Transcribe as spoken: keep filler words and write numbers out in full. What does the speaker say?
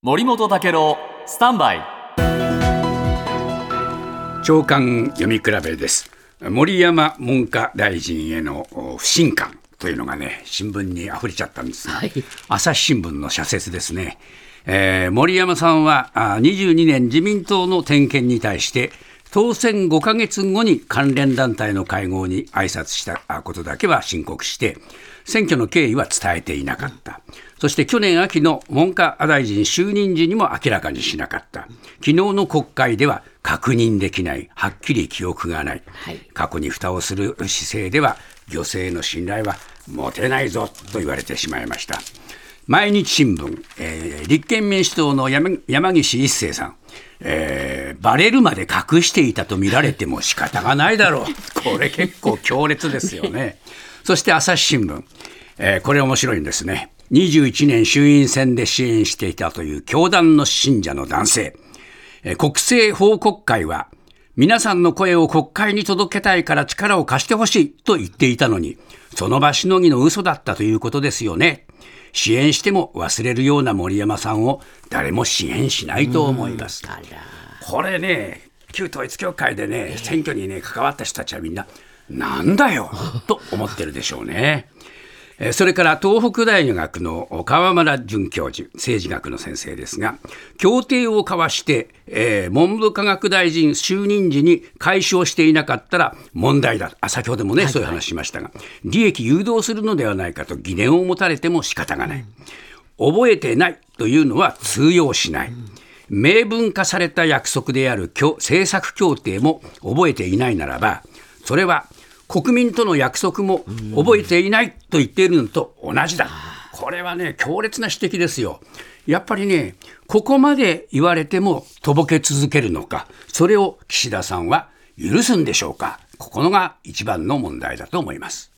森本武郎スタンバイ長官読み比べです。森山文科大臣への不信感というのがね、新聞にあふれちゃったんですが、はい、朝日新聞の社説ですね。えー、森山さんはにじゅうにねん自民党の点検に対して当選ごかげつごに関連団体の会合に挨拶したことだけは申告して、選挙の経緯は伝えていなかった。そして去年秋の文科大臣就任時にも明らかにしなかった。昨日の国会では確認できない、はっきり記憶がない、はい、過去に蓋をする姿勢では行政の信頼は持てないぞと言われてしまいました。毎日新聞、えー、立憲民主党の 山, 山岸一生さん、えー、バレるまで隠していたと見られても仕方がないだろう。これ結構強烈ですよね。そして朝日新聞、えー、これ面白いんですね。にじゅういちねん衆院選で支援していたという教団の信者の男性、えー、国政報国会は皆さんの声を国会に届けたいから力を貸してほしいと言っていたのに、その場しのぎの嘘だったということですよね。支援しても忘れるような森山さんを誰も支援しないと思います。これね、旧統一教会でね、選挙にね関わった人たちはみんななんだよと思ってるでしょうね。それから東北大学の川村准教授、政治学の先生ですが、協定を交わして、えー、文部科学大臣就任時に解消していなかったら問題だ。あ、先ほどもね、はいはい、そういう話しましたが、利益誘導するのではないかと疑念を持たれても仕方がない。覚えてないというのは通用しない。明文化された約束である政策協定も覚えていないならば、それは国民との約束も覚えていないと言っているのと同じだ。これはね、強烈な指摘ですよ。やっぱりね、ここまで言われてもとぼけ続けるのか、それを岸田さんは許すんでしょうか。ここのが一番の問題だと思います。